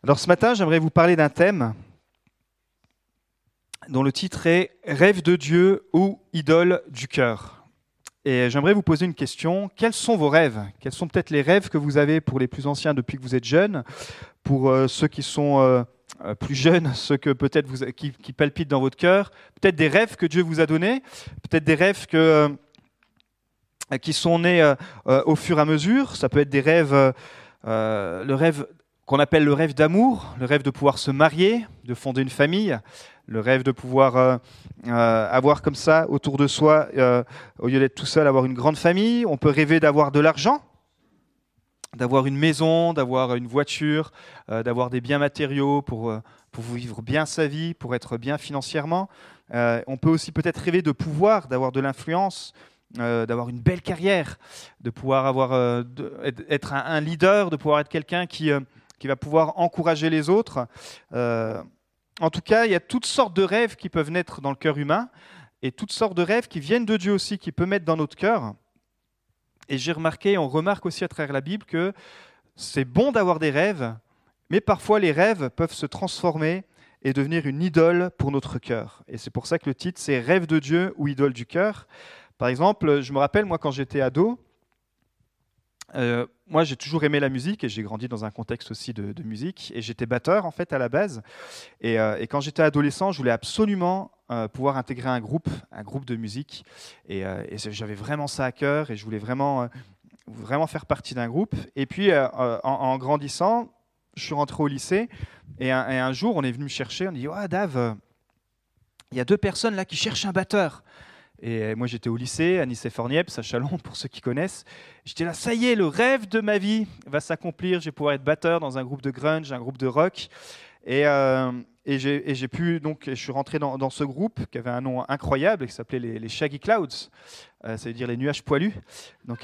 Alors ce matin, j'aimerais vous parler d'un thème dont le titre est « Rêve de Dieu ou idole du cœur ». Et j'aimerais vous poser une question. Quels sont vos rêves ? Quels sont peut-être les rêves que vous avez pour les plus anciens depuis que vous êtes jeunes, pour ceux qui sont plus jeunes, ceux que peut-être qui palpitent dans votre cœur, peut-être des rêves que Dieu vous a donnés, peut-être des rêves qui sont nés au fur et à mesure. Ça peut être des rêves, le rêve qu'on appelle le rêve d'amour, le rêve de pouvoir se marier, de fonder une famille, le rêve de pouvoir avoir comme ça autour de soi, au lieu d'être tout seul, avoir une grande famille. On peut rêver d'avoir de l'argent, d'avoir une maison, d'avoir une voiture, d'avoir des biens matériaux pour vivre bien sa vie, pour être bien financièrement. On peut aussi peut-être rêver de pouvoir, d'avoir de l'influence, d'avoir une belle carrière, de pouvoir être un leader, de pouvoir être quelqu'un qui va pouvoir encourager les autres. En tout cas, il y a toutes sortes de rêves qui peuvent naître dans le cœur humain et toutes sortes de rêves qui viennent de Dieu aussi, qui peut mettre dans notre cœur. Et j'ai remarqué, on remarque aussi à travers la Bible que c'est bon d'avoir des rêves, mais parfois les rêves peuvent se transformer et devenir une idole pour notre cœur. Et c'est pour ça que le titre, c'est « Rêve de Dieu ou idole du cœur ». Par exemple, je me rappelle, moi, quand j'étais ado, moi, j'ai toujours aimé la musique et j'ai grandi dans un contexte aussi de musique. Et j'étais batteur, en fait, à la base. Et quand j'étais adolescent, je voulais absolument pouvoir intégrer un groupe de musique. Et j'avais vraiment ça à cœur et je voulais vraiment faire partie d'un groupe. Et puis, en grandissant, je suis rentré au lycée et un jour, on est venu me chercher. On dit « Oh, Dave, il y a 2 personnes là qui cherchent un batteur. » Et moi, j'étais au lycée, à Nice-et-Fornieps, à Châlons, pour ceux qui connaissent. J'étais là, ça y est, le rêve de ma vie va s'accomplir. Je vais pouvoir être batteur dans un groupe de grunge, un groupe de rock. Et j'ai pu, donc, je suis rentré dans ce groupe qui avait un nom incroyable, qui s'appelait les Shaggy Clouds. Ça veut dire les nuages poilus. Donc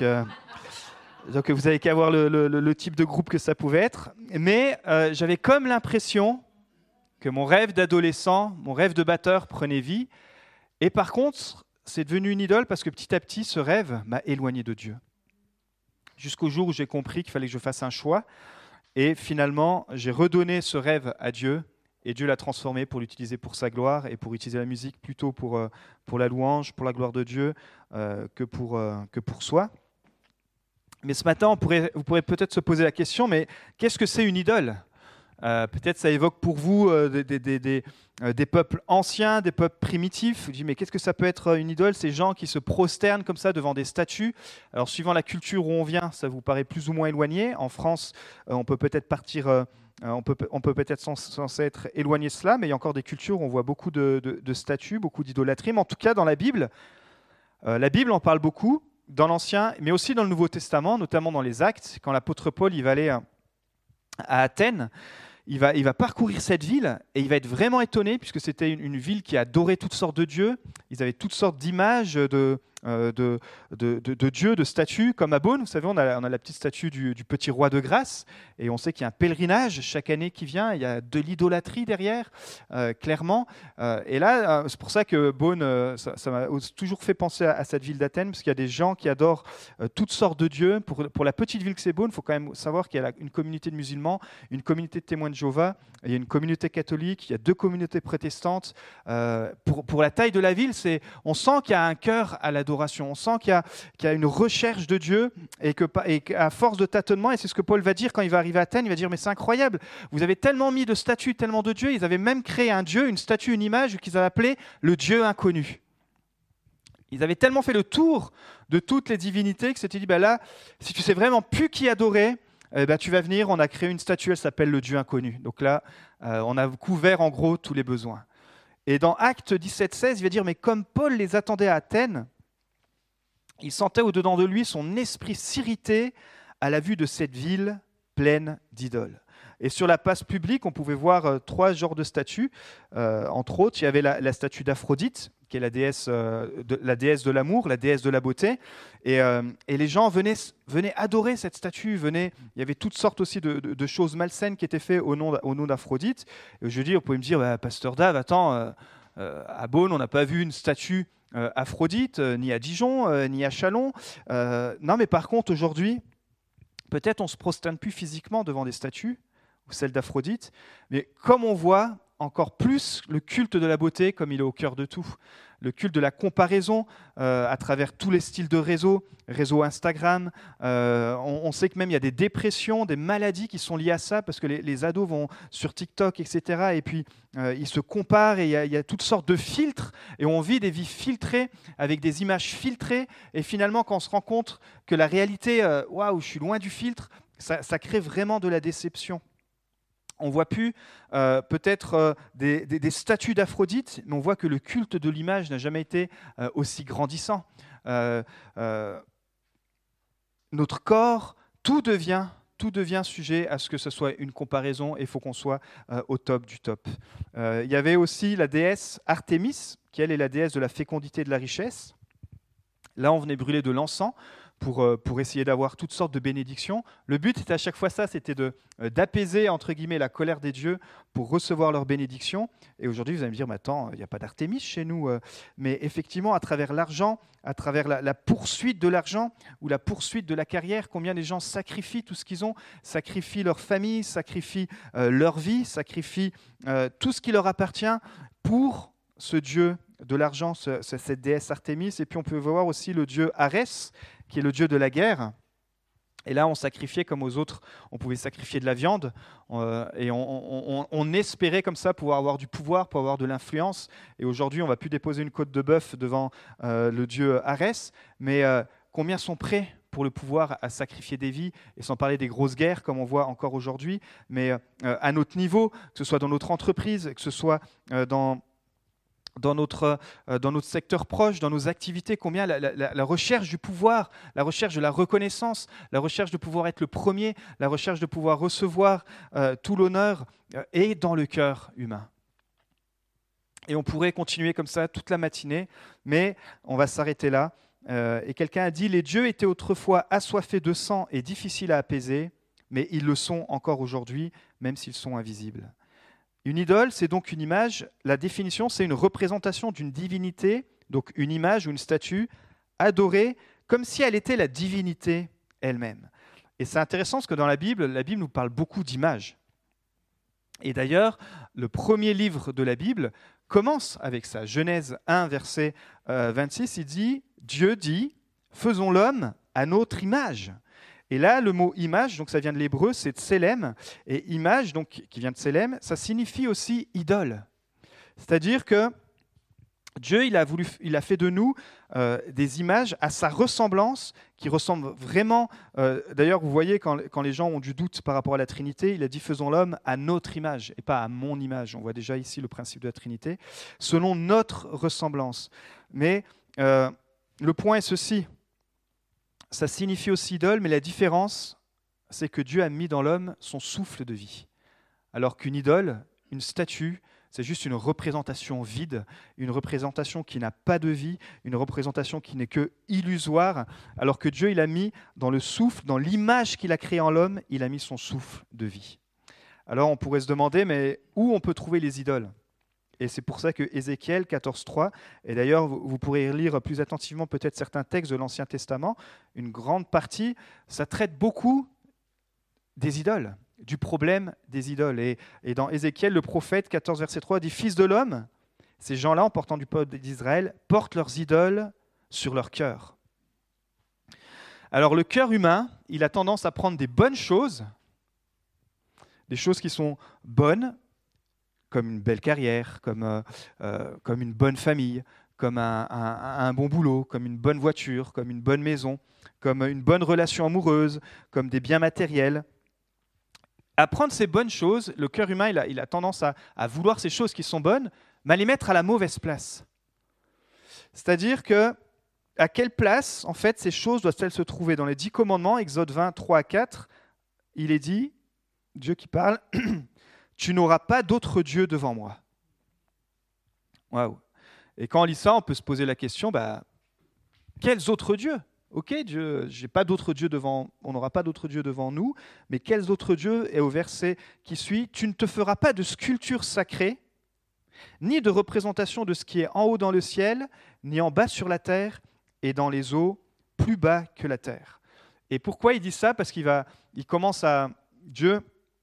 vous avez qu'à voir le type de groupe que ça pouvait être. Mais j'avais comme l'impression que mon rêve d'adolescent, mon rêve de batteur prenait vie. Et par contre, c'est devenu une idole parce que petit à petit, ce rêve m'a éloigné de Dieu. Jusqu'au jour où j'ai compris qu'il fallait que je fasse un choix. Et finalement, j'ai redonné ce rêve à Dieu. Et Dieu l'a transformé pour l'utiliser pour sa gloire et pour utiliser la musique plutôt pour la louange, pour la gloire de Dieu, que pour soi. Mais ce matin, vous pourrez peut-être se poser la question, mais qu'est-ce que c'est une idole ? Peut-être ça évoque pour vous des peuples anciens, des peuples primitifs. Vous dites, mais qu'est-ce que ça peut être une idole ? Ces gens qui se prosternent comme ça devant des statues. Alors, suivant la culture où on vient, ça vous paraît plus ou moins éloigné. En France, on peut peut-être on peut peut-être censé être éloigné de cela, mais il y a encore des cultures où on voit beaucoup de statues, beaucoup d'idolâtrie. Mais en tout cas, dans la Bible en parle beaucoup, dans l'Ancien, mais aussi dans le Nouveau Testament, notamment dans les Actes, quand l'apôtre Paul il va aller à Athènes. Il va parcourir cette ville et il va être vraiment étonné puisque c'était une ville qui adorait toutes sortes de dieux. Ils avaient toutes sortes d'images de dieux, de statues, comme à Beaune. Vous savez, on a la petite statue du petit roi de grâce et on sait qu'il y a un pèlerinage chaque année qui vient. Il y a de l'idolâtrie derrière, clairement. Et là, c'est pour ça que Beaune, ça m'a toujours fait penser à cette ville d'Athènes parce qu'il y a des gens qui adorent toutes sortes de dieux. Pour la petite ville que c'est Beaune, il faut quand même savoir qu'il y a une communauté de musulmans, une communauté de témoins de Jéhovah, il y a une communauté catholique, il y a 2 communautés protestantes. Pour la taille de la ville, on sent qu'il y a un cœur à l'adoration. On sent qu'il y a une recherche de Dieu et qu'à force de tâtonnement, et c'est ce que Paul va dire quand il va arriver à Athènes, il va dire mais c'est incroyable, vous avez tellement mis de statues, tellement de dieux, ils avaient même créé un dieu, une statue, une image qu'ils avaient appelé le Dieu inconnu. Ils avaient tellement fait le tour de toutes les divinités que c'était dit, là, si tu sais vraiment plus qui adorer, tu vas venir, on a créé une statue, elle s'appelle le Dieu inconnu. Donc là, on a couvert en gros tous les besoins. Et dans Actes 17-16, il va dire, mais comme Paul les attendait à Athènes, il sentait au-dedans de lui son esprit s'irriter à la vue de cette ville pleine d'idoles. Et sur la place publique, on pouvait voir 3 genres de statues. Entre autres, il y avait la statue d'Aphrodite, qui est la déesse de l'amour, la déesse de la beauté. Et les gens venaient adorer cette statue. Il y avait toutes sortes aussi de choses malsaines qui étaient faites au nom d'Aphrodite. Et je dis, on pouvait me dire, Pasteur Dave, attends, à Beaune, on n'a pas vu une statue Aphrodite, ni à Dijon, ni à Châlons. Non, mais par contre, aujourd'hui, peut-être on ne se prosterne plus physiquement devant des statues, ou celle d'Aphrodite. Mais comme on voit encore plus le culte de la beauté comme il est au cœur de tout. Le culte de la comparaison à travers tous les styles de réseau Instagram. On sait que même il y a des dépressions, des maladies qui sont liées à ça parce que les ados vont sur TikTok, etc. Et puis ils se comparent et il y a toutes sortes de filtres et on vit des vies filtrées avec des images filtrées. Et finalement, quand on se rend compte que la réalité, waouh, je suis loin du filtre, ça crée vraiment de la déception. On ne voit plus peut-être des statues d'Aphrodite, mais on voit que le culte de l'image n'a jamais été aussi grandissant. Notre corps, tout devient sujet à ce que ce soit une comparaison et il faut qu'on soit au top du top. Il y avait aussi la déesse Artémis, qui elle est la déesse de la fécondité et de la richesse. Là, on venait brûler de l'encens pour essayer d'avoir toutes sortes de bénédictions. Le but était à chaque fois ça, c'était d'apaiser entre guillemets la colère des dieux pour recevoir leurs bénédictions. Et aujourd'hui, vous allez me dire, mais attends, il n'y a pas d'Artémis chez nous. Mais effectivement, à travers l'argent, à travers la poursuite de l'argent ou la poursuite de la carrière, combien les gens sacrifient tout ce qu'ils ont, sacrifient leur famille, sacrifient leur vie, sacrifient tout ce qui leur appartient pour ce dieu de l'argent, cette déesse Artémis. Et puis on peut voir aussi le dieu Arès, qui est le dieu de la guerre. Et là, on sacrifiait comme aux autres, on pouvait sacrifier de la viande, et on espérait comme ça pouvoir avoir du pouvoir, pouvoir avoir de l'influence. Et aujourd'hui, on ne va plus déposer une côte de bœuf devant le dieu Arès, mais combien sont prêts pour le pouvoir à sacrifier des vies, et sans parler des grosses guerres comme on voit encore aujourd'hui, mais à notre niveau, que ce soit dans notre entreprise, que ce soit dans notre secteur proche, dans nos activités, combien la recherche du pouvoir, la recherche de la reconnaissance, la recherche de pouvoir être le premier, la recherche de pouvoir recevoir tout l'honneur est dans le cœur humain. Et on pourrait continuer comme ça toute la matinée, mais on va s'arrêter là. Et quelqu'un a dit « Les dieux étaient autrefois assoiffés de sang et difficiles à apaiser, mais ils le sont encore aujourd'hui, même s'ils sont invisibles. » Une idole, c'est donc une image. La définition, c'est une représentation d'une divinité, donc une image ou une statue adorée, comme si elle était la divinité elle-même. Et c'est intéressant parce que dans la Bible nous parle beaucoup d'images. Et d'ailleurs, le premier livre de la Bible commence avec ça. Genèse 1, verset 26, il dit « Dieu dit, faisons l'homme à notre image ». Et là, le mot image, donc ça vient de l'hébreu, c'est tselem. Et image, donc, qui vient de tselem, ça signifie aussi idole. C'est-à-dire que Dieu, il a fait de nous des images à sa ressemblance, qui ressemblent vraiment. D'ailleurs, vous voyez, quand les gens ont du doute par rapport à la Trinité, il a dit « faisons l'homme à notre image » et pas à mon image. On voit déjà ici le principe de la Trinité, selon notre ressemblance. Mais le point est ceci. Ça signifie aussi idole, mais la différence, c'est que Dieu a mis dans l'homme son souffle de vie. Alors qu'une idole, une statue, c'est juste une représentation vide, une représentation qui n'a pas de vie, une représentation qui n'est que illusoire, alors que Dieu, il a mis dans le souffle, dans l'image qu'il a créée en l'homme, il a mis son souffle de vie. Alors on pourrait se demander, mais où on peut trouver les idoles ? Et c'est pour ça que Ézéchiel 14.3, et d'ailleurs vous pourrez lire plus attentivement peut-être certains textes de l'Ancien Testament, une grande partie, ça traite beaucoup des idoles, du problème des idoles. Et dans Ézéchiel, le prophète 14, verset 3 dit « Fils de l'homme, ces gens-là, en portant du peuple d'Israël, portent leurs idoles sur leur cœur. » Alors le cœur humain, il a tendance à prendre des bonnes choses, des choses qui sont bonnes, comme une belle carrière, comme une bonne famille, comme un bon boulot, comme une bonne voiture, comme une bonne maison, comme une bonne relation amoureuse, comme des biens matériels. À prendre ces bonnes choses, le cœur humain il a tendance à vouloir ces choses qui sont bonnes, mais à les mettre à la mauvaise place. C'est-à-dire que à quelle place, en fait, ces choses doivent-elles se trouver ? Dans les 10 commandements, Exode 20, 3 à 4, il est dit, Dieu qui parle, « Tu n'auras pas d'autre Dieu devant moi. » Waouh. Et quand on lit ça, on peut se poser la question, quels autres dieux ? Ok, Dieu, j'ai pas d'autre Dieu devant, on n'aura pas d'autre Dieu devant nous, mais quels autres dieux ? Et au verset qui suit, « Tu ne te feras pas de sculpture sacrée, ni de représentation de ce qui est en haut dans le ciel, ni en bas sur la terre, et dans les eaux, plus bas que la terre. » Et pourquoi il dit ça ? Parce Dieu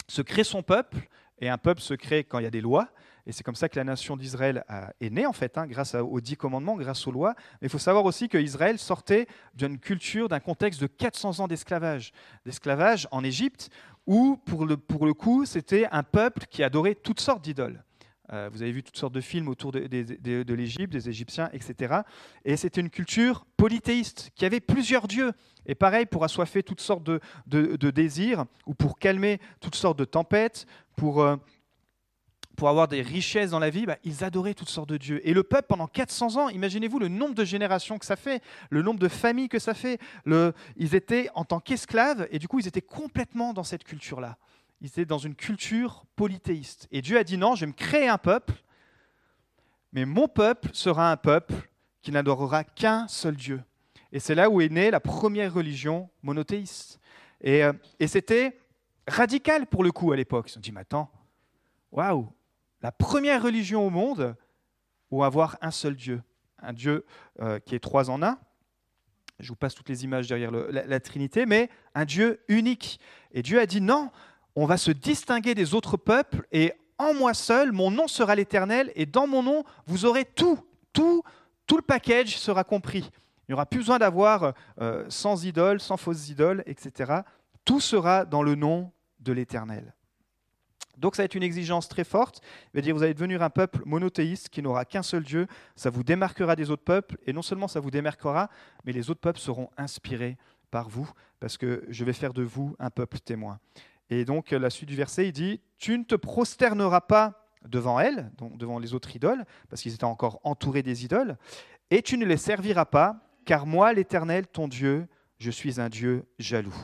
se crée son peuple, et un peuple se crée quand il y a des lois, et c'est comme ça que la nation d'Israël est née, en fait, grâce aux 10 commandements, grâce aux lois. Mais il faut savoir aussi qu'Israël sortait d'une culture, d'un contexte de 400 ans d'esclavage en Égypte, où, pour le coup, c'était un peuple qui adorait toutes sortes d'idoles. Vous avez vu toutes sortes de films autour de l'Égypte, des Égyptiens, etc. Et c'était une culture polythéiste, qui avait plusieurs dieux. Et pareil, pour assoiffer toutes sortes de désirs, ou pour calmer toutes sortes de tempêtes, pour avoir des richesses dans la vie, ils adoraient toutes sortes de dieux. Et le peuple, pendant 400 ans, imaginez-vous le nombre de générations que ça fait, le nombre de familles que ça fait. Ils étaient en tant qu'esclaves, et du coup, ils étaient complètement dans cette culture-là. Ils étaient dans une culture polythéiste. Et Dieu a dit non, je vais me créer un peuple, mais mon peuple sera un peuple qui n'adorera qu'un seul Dieu. Et c'est là où est née la première religion monothéiste. Et c'était radical pour le coup à l'époque. Ils se sont dit, mais attends, waouh, la première religion au monde où avoir un seul Dieu, un Dieu qui est 3 en 1. Je vous passe toutes les images derrière la Trinité, mais un Dieu unique. Et Dieu a dit non, on va se distinguer des autres peuples, et en moi seul, mon nom sera l'Éternel, et dans mon nom, vous aurez tout le package sera compris. Il n'y aura plus besoin d'avoir sans idoles, sans fausses idoles, etc. Tout sera dans le nom de l'Éternel. Donc ça va être une exigence très forte. Il va dire, vous allez devenir un peuple monothéiste qui n'aura qu'un seul Dieu. Ça vous démarquera des autres peuples. Et non seulement ça vous démarquera, mais les autres peuples seront inspirés par vous, parce que je vais faire de vous un peuple témoin. Et donc la suite du verset, il dit, tu ne te prosterneras pas devant elles, donc devant les autres idoles, parce qu'ils étaient encore entourés des idoles, et tu ne les serviras pas, car moi, l'Éternel, ton Dieu, je suis un Dieu jaloux.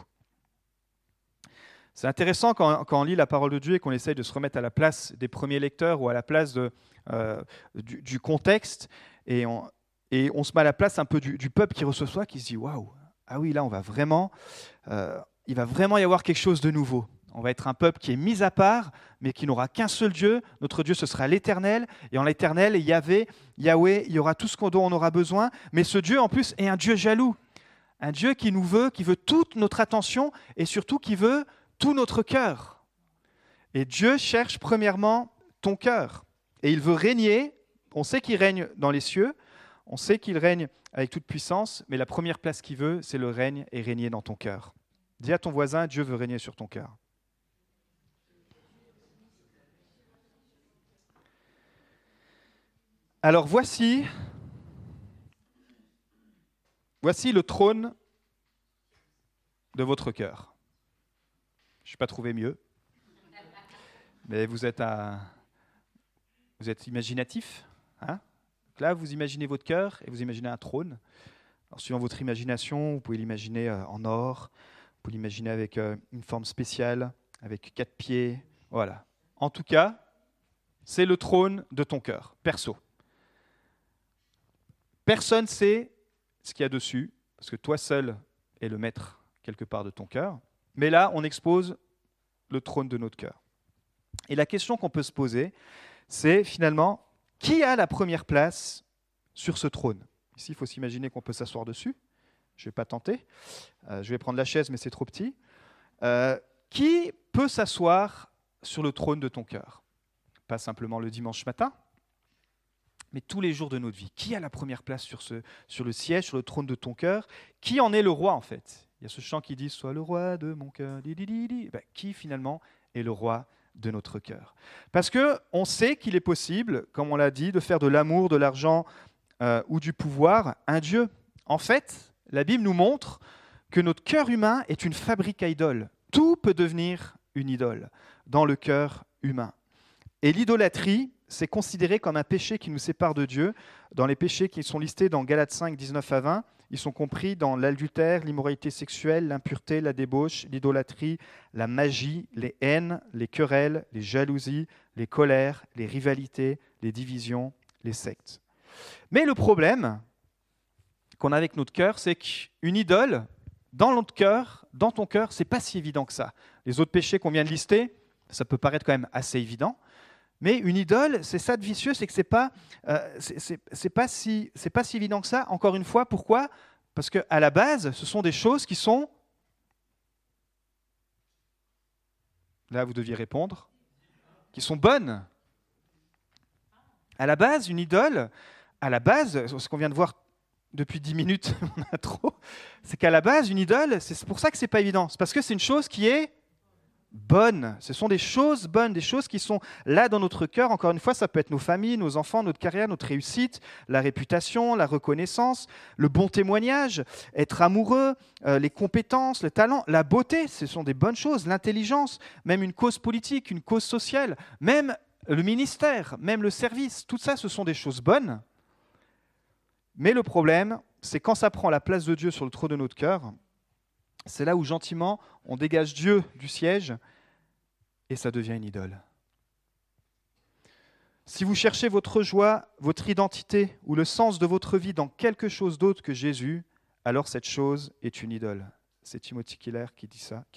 C'est intéressant quand on lit la parole de Dieu et qu'on essaye de se remettre à la place des premiers lecteurs ou à la place du contexte, et on se met à la place un peu du peuple qui reçoit ça, qui se dit « Waouh, ah oui, là, il va vraiment y avoir quelque chose de nouveau. On va être un peuple qui est mis à part, mais qui n'aura qu'un seul Dieu. Notre Dieu, ce sera l'Éternel. Et en l'Éternel, Yahvé, il y aura tout ce dont on aura besoin. Mais ce Dieu, en plus, est un Dieu jaloux. Un Dieu qui veut toute notre attention et surtout qui veut tout notre cœur. Et Dieu cherche premièrement ton cœur. Et il veut régner. On sait qu'il règne dans les cieux. On sait qu'il règne avec toute puissance. Mais la première place qu'il veut, c'est le règne et régner dans ton cœur. Dis à ton voisin, Dieu veut régner sur ton cœur. Alors voici le trône de votre cœur. Je n'ai pas trouvé mieux, mais vous êtes imaginatif. Hein? Donc là, vous imaginez votre cœur et vous imaginez un trône. Alors, suivant votre imagination, vous pouvez l'imaginer en or, vous pouvez l'imaginer avec une forme spéciale, avec 4 pieds. Voilà. En tout cas, c'est le trône de ton cœur, perso. Personne ne sait ce qu'il y a dessus, parce que toi seul es le maître quelque part de ton cœur. Mais là, on expose le trône de notre cœur. Et la question qu'on peut se poser, c'est finalement, qui a la première place sur ce trône ? Ici, il faut s'imaginer qu'on peut s'asseoir dessus. Je ne vais pas tenter. Je vais prendre la chaise, mais c'est trop petit. Qui peut s'asseoir sur le trône de ton cœur ? Pas simplement le dimanche matin, mais tous les jours de notre vie. Qui a la première place sur le siège, sur le trône de ton cœur ? Qui en est le roi, en fait ? Il y a ce chant qui dit « Sois le roi de mon cœur ». Qui, finalement, est le roi de notre cœur ? Parce qu'on sait qu'il est possible, comme on l'a dit, de faire de l'amour, de l'argent ou du pouvoir un Dieu. En fait, la Bible nous montre que notre cœur humain est une fabrique à idoles. Tout peut devenir une idole dans le cœur humain. Et l'idolâtrie, c'est considéré comme un péché qui nous sépare de Dieu. Dans les péchés qui sont listés dans Galates 5, 19 à 20, ils sont compris dans l'adultère, l'immoralité sexuelle, l'impureté, la débauche, l'idolâtrie, la magie, les haines, les querelles, les jalousies, les colères, les rivalités, les divisions, les sectes. Mais le problème qu'on a avec notre cœur, c'est qu'une idole, dans notre cœur, dans ton cœur, c'est pas si évident que ça. Les autres péchés qu'on vient de lister, ça peut paraître quand même assez évident. Mais une idole, c'est ça de vicieux, c'est que c'est pas si évident que ça. Encore une fois, pourquoi ? Parce qu'à la base, ce sont des choses qui sont Là, vous deviez répondre. Qui sont bonnes. À la base, une idole, à la base, ce qu'on vient de voir depuis 10 minutes, on a trop, c'est qu'à la base, une idole, c'est pour ça que c'est pas évident. C'est parce que c'est une chose qui est bonne. Ce sont des choses bonnes, des choses qui sont là dans notre cœur. Encore une fois, ça peut être nos familles, nos enfants, notre carrière, notre réussite, la réputation, la reconnaissance, le bon témoignage, être amoureux, les compétences, le talent, la beauté, ce sont des bonnes choses, l'intelligence, même une cause politique, une cause sociale, même le ministère, même le service. Tout ça, ce sont des choses bonnes. Mais le problème, c'est quand ça prend la place de Dieu sur le trône de notre cœur, c'est là où gentiment on dégage Dieu du siège et ça devient une idole. Si vous cherchez votre joie, votre identité ou le sens de votre vie dans quelque chose d'autre que Jésus, alors cette chose est une idole. C'est Timothy Keller qui dit ça.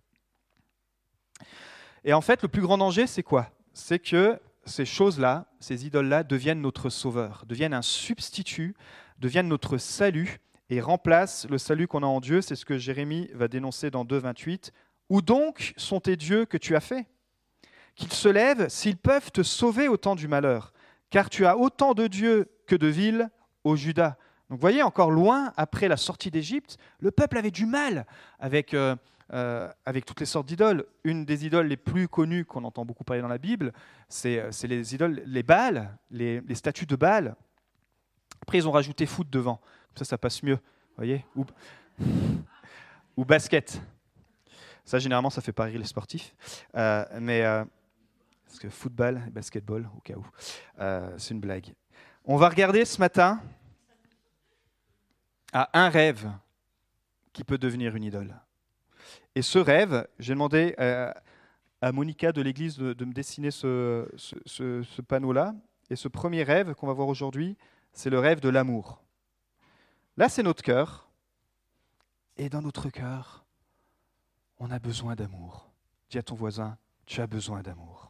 Et en fait, le plus grand danger, c'est quoi ? C'est que ces choses-là, ces idoles-là, deviennent notre sauveur, deviennent un substitut, deviennent notre salut et remplacent le salut qu'on a en Dieu. C'est ce que Jérémie va dénoncer dans 2,28. « Où donc sont tes dieux que tu as faits ? Qu'ils se lèvent s'ils peuvent te sauver au temps du malheur, car tu as autant de dieux que de villes au Juda. » Donc vous voyez, encore loin, après la sortie d'Égypte, le peuple avait du mal avec toutes les sortes d'idoles. Une des idoles les plus connues qu'on entend beaucoup parler dans la Bible, c'est les idoles, les Baals, les statues de Baal. Après, ils ont rajouté foot devant. Comme ça passe mieux. Vous voyez ? Ou basket. Ça, généralement, ça fait pas rire les sportifs. Parce que football et basketball, au cas où. C'est une blague. On va regarder ce matin à un rêve qui peut devenir une idole. Et ce rêve, j'ai demandé à Monica de l'église de me dessiner ce panneau-là. Et ce premier rêve qu'on va voir aujourd'hui, c'est le rêve de l'amour. Là, c'est notre cœur. Et dans notre cœur, on a besoin d'amour. Dis à ton voisin, tu as besoin d'amour.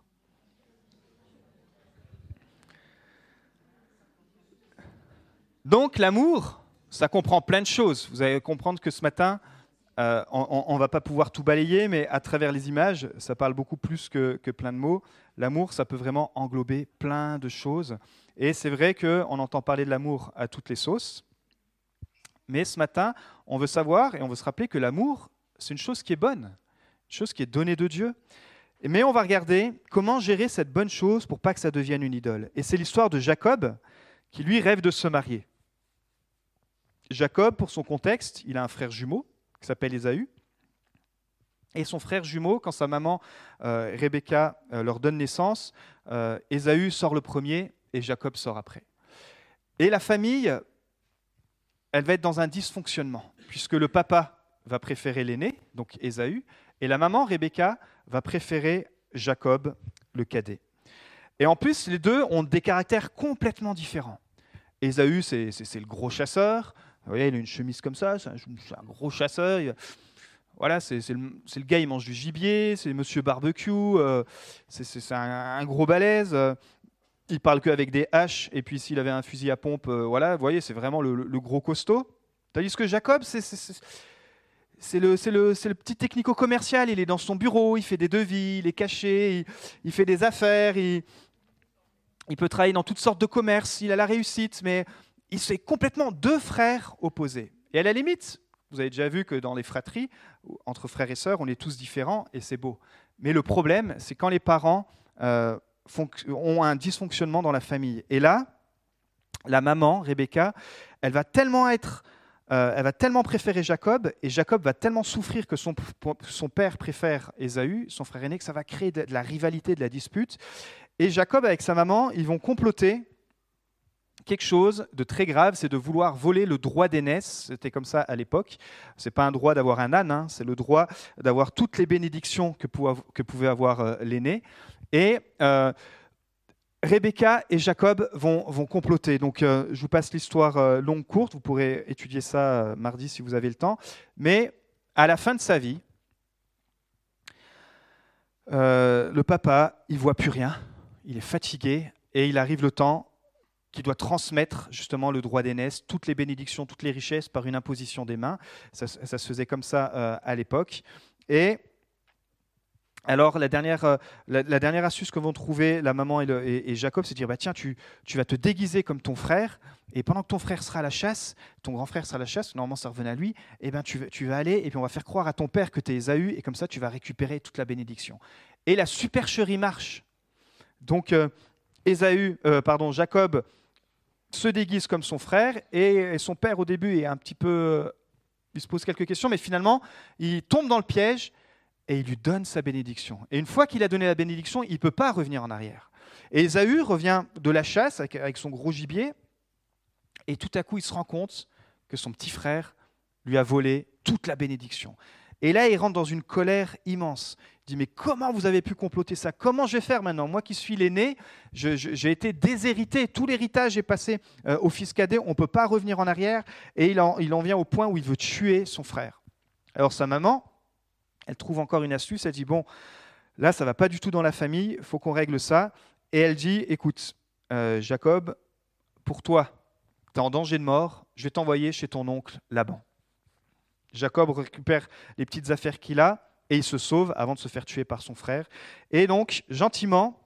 Donc, l'amour, ça comprend plein de choses. Vous allez comprendre que ce matin, on ne va pas pouvoir tout balayer, mais à travers les images, ça parle beaucoup plus que plein de mots. L'amour, ça peut vraiment englober plein de choses. Et c'est vrai qu'on entend parler de l'amour à toutes les sauces. Mais ce matin, on veut savoir et on veut se rappeler que l'amour, c'est une chose qui est bonne, une chose qui est donnée de Dieu. Mais on va regarder comment gérer cette bonne chose pour pas que ça devienne une idole. Et c'est l'histoire de Jacob qui, lui, rêve de se marier. Jacob, pour son contexte, il a un frère jumeau qui s'appelle Ésaü. Et son frère jumeau, quand sa maman Rebecca leur donne naissance, Ésaü sort le premier et Jacob sort après. Et la famille, elle va être dans un dysfonctionnement, puisque le papa va préférer l'aîné, donc Ésaü, et la maman Rebecca va préférer Jacob, le cadet. Et en plus, les deux ont des caractères complètement différents. Ésaü, c'est le gros chasseur. Vous voyez, il a une chemise comme ça, c'est un gros chasseur. Voilà, c'est le gars, il mange du gibier, c'est monsieur barbecue, c'est un gros balèze. Il parle qu'avec des haches, et puis s'il avait un fusil à pompe, voilà, vous voyez, c'est vraiment le gros costaud. Tandis que Jacob, c'est le petit technico-commercial, il est dans son bureau, il fait des devis, il est caché, il fait des affaires, il peut travailler dans toutes sortes de commerces, il a la réussite, mais c'est complètement deux frères opposés. Et à la limite, vous avez déjà vu que dans les fratries, entre frères et sœurs, on est tous différents et c'est beau. Mais le problème, c'est quand les parents ont un dysfonctionnement dans la famille. Et là, la maman, Rebecca, elle va tellement préférer Jacob, et Jacob va tellement souffrir que son père préfère Ésaü, son frère aîné, que ça va créer de la rivalité, de la dispute. Et Jacob, avec sa maman, ils vont comploter quelque chose de très grave, c'est de vouloir voler le droit d'aînesse. C'était comme ça à l'époque. Ce n'est pas un droit d'avoir un âne, hein, c'est le droit d'avoir toutes les bénédictions que pouvait avoir l'aîné. Et Rebecca et Jacob vont comploter. Donc, je vous passe l'histoire longue, courte. Vous pourrez étudier ça mardi si vous avez le temps. Mais à la fin de sa vie, le papa, il ne voit plus rien. Il est fatigué et il arrive le temps qu'il doit transmettre justement le droit d'aînesse, toutes les bénédictions, toutes les richesses par une imposition des mains. Ça se faisait comme ça à l'époque. Et Alors, la dernière astuce que vont trouver la maman et Jacob, c'est de dire, bah, tiens, tu vas te déguiser comme ton frère, et pendant que ton frère sera à la chasse, ton grand frère sera à la chasse, normalement ça revenait à lui, et ben, tu vas aller, et puis on va faire croire à ton père que tu es Ésaü, et comme ça tu vas récupérer toute la bénédiction. Et la supercherie marche. Donc, Jacob se déguise comme son frère, et son père au début est un petit peu... il se pose quelques questions, mais finalement, il tombe dans le piège, et il lui donne sa bénédiction. Et une fois qu'il a donné la bénédiction, il ne peut pas revenir en arrière. Et Ésaü revient de la chasse avec son gros gibier, et tout à coup, il se rend compte que son petit frère lui a volé toute la bénédiction. Et là, il rentre dans une colère immense. Il dit, mais comment vous avez pu comploter ça? Comment je vais faire maintenant? Moi qui suis l'aîné, j'ai été déshérité. Tout l'héritage est passé au fils cadet. On ne peut pas revenir en arrière. Et il en vient au point où il veut tuer son frère. Alors sa maman, elle trouve encore une astuce, elle dit, bon, là, ça ne va pas du tout dans la famille, il faut qu'on règle ça. Et elle dit, écoute, Jacob, pour toi, tu es en danger de mort, je vais t'envoyer chez ton oncle Laban. Jacob récupère les petites affaires qu'il a et il se sauve avant de se faire tuer par son frère. Et donc, gentiment,